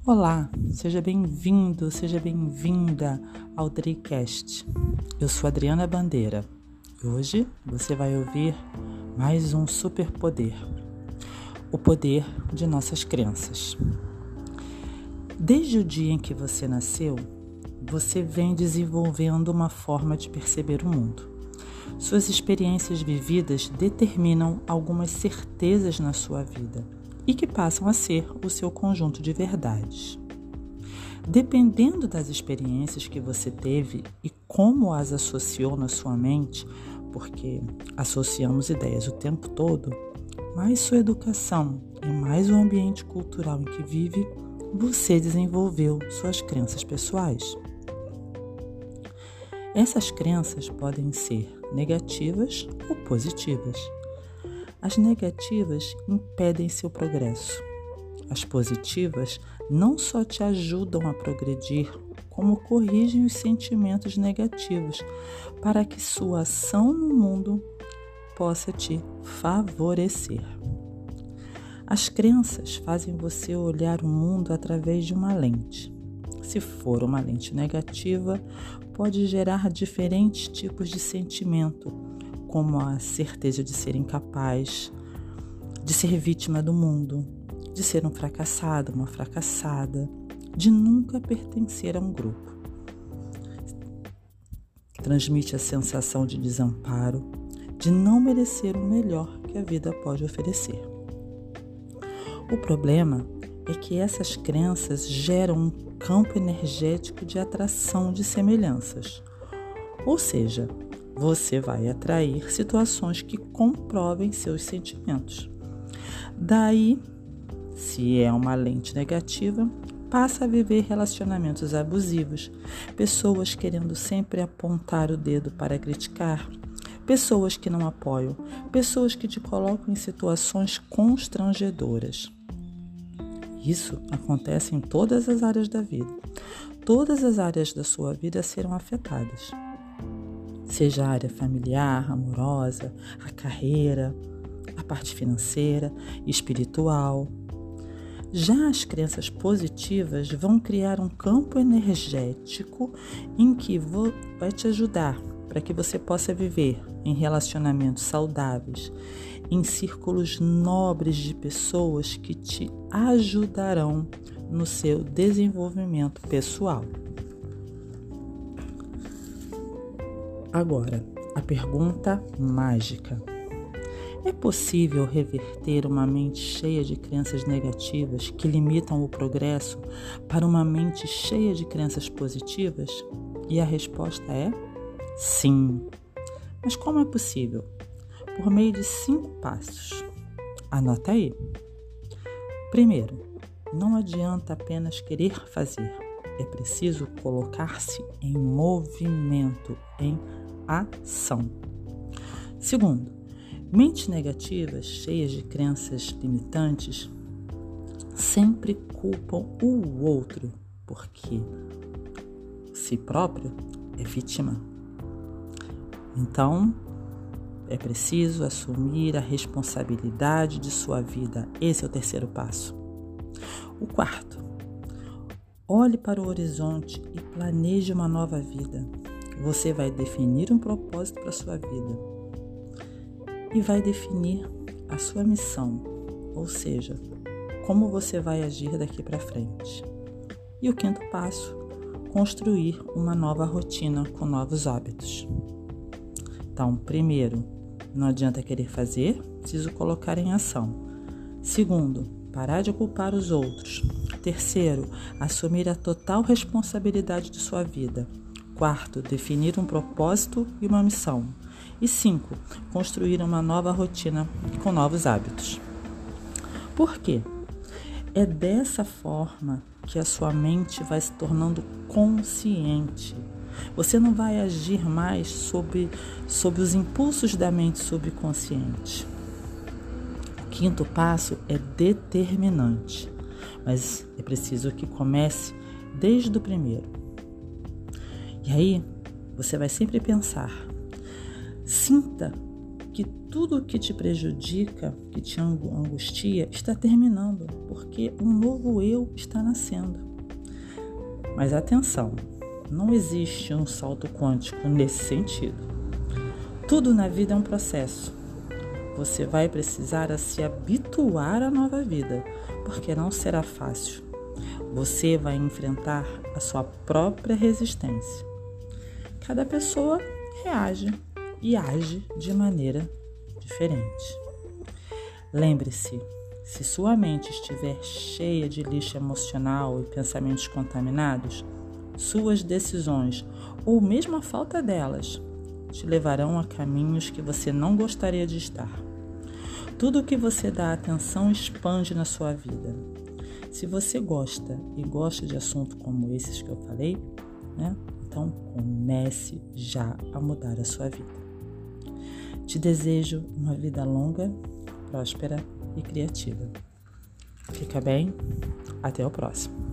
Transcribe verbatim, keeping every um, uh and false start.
Olá, seja bem-vindo, seja bem-vinda ao Dricast. Eu sou Adriana Bandeira e hoje você vai ouvir mais um superpoder, o poder de nossas crenças. Desde o dia em que você nasceu, você vem desenvolvendo uma forma de perceber o mundo. Suas experiências vividas determinam algumas certezas na sua vida e que passam a ser o seu conjunto de verdades. Dependendo das experiências que você teve e como as associou na sua mente, porque associamos ideias o tempo todo, mais sua educação e mais o ambiente cultural em que vive, você desenvolveu suas crenças pessoais. Essas crenças podem ser negativas ou positivas. As negativas impedem seu progresso. As positivas não só te ajudam a progredir, como corrigem os sentimentos negativos para que sua ação no mundo possa te favorecer. As crenças fazem você olhar o mundo através de uma lente. Se for uma lente negativa, pode gerar diferentes tipos de sentimento, como a certeza de ser incapaz, de ser vítima do mundo, de ser um fracassado, uma fracassada, de nunca pertencer a um grupo. Transmite a sensação de desamparo, de não merecer o melhor que a vida pode oferecer. O problema é que essas crenças geram um campo energético de atração de semelhanças, ou seja, você vai atrair situações que comprovem seus sentimentos. Daí, se é uma lente negativa, passa a viver relacionamentos abusivos, pessoas querendo sempre apontar o dedo para criticar, pessoas que não apoiam, pessoas que te colocam em situações constrangedoras. Isso acontece em todas as áreas da vida. Todas as áreas da sua vida serão afetadas. Seja a área familiar, amorosa, a carreira, a parte financeira, espiritual. Já as crenças positivas vão criar um campo energético em que vai te ajudar para que você possa viver em relacionamentos saudáveis, em círculos nobres de pessoas que te ajudarão no seu desenvolvimento pessoal. Agora, a pergunta mágica. É possível reverter uma mente cheia de crenças negativas que limitam o progresso para uma mente cheia de crenças positivas? E a resposta é sim. Mas como é possível? Por meio de cinco passos. Anota aí. Primeiro, não adianta apenas querer fazer. É preciso colocar-se em movimento, em ação. Segundo, mentes negativas, cheias de crenças limitantes, sempre culpam o outro, porque si próprio é vítima. Então, é preciso assumir a responsabilidade de sua vida. Esse é o terceiro passo. O quarto, olhe para o horizonte e planeje uma nova vida. Você vai definir um propósito para a sua vida e vai definir a sua missão, ou seja, como você vai agir daqui para frente. E o quinto passo, construir uma nova rotina com novos hábitos. Então, primeiro, não adianta querer fazer, preciso colocar em ação. Segundo, parar de culpar os outros. Terceiro, assumir a total responsabilidade de sua vida. Quarto, definir um propósito e uma missão. E cinco, construir uma nova rotina com novos hábitos. Por quê? É dessa forma que a sua mente vai se tornando consciente. Você não vai agir mais sob, sob os impulsos da mente subconsciente. O quinto passo é determinante, mas é preciso que comece desde o primeiro. E aí, você vai sempre pensar, sinta que tudo que te prejudica, que te angustia, está terminando, porque um novo eu está nascendo. Mas atenção, não existe um salto quântico nesse sentido. Tudo na vida é um processo. Você vai precisar a se habituar à nova vida, porque não será fácil. Você vai enfrentar a sua própria resistência. Cada pessoa reage e age de maneira diferente. Lembre-se, se sua mente estiver cheia de lixo emocional e pensamentos contaminados, suas decisões, ou mesmo a falta delas, te levarão a caminhos que você não gostaria de estar. Tudo que você dá atenção expande na sua vida. Se você gosta e gosta de assuntos como esses que eu falei, né? Então comece já a mudar a sua vida. Te desejo uma vida longa, próspera e criativa. Fica bem, até o próximo.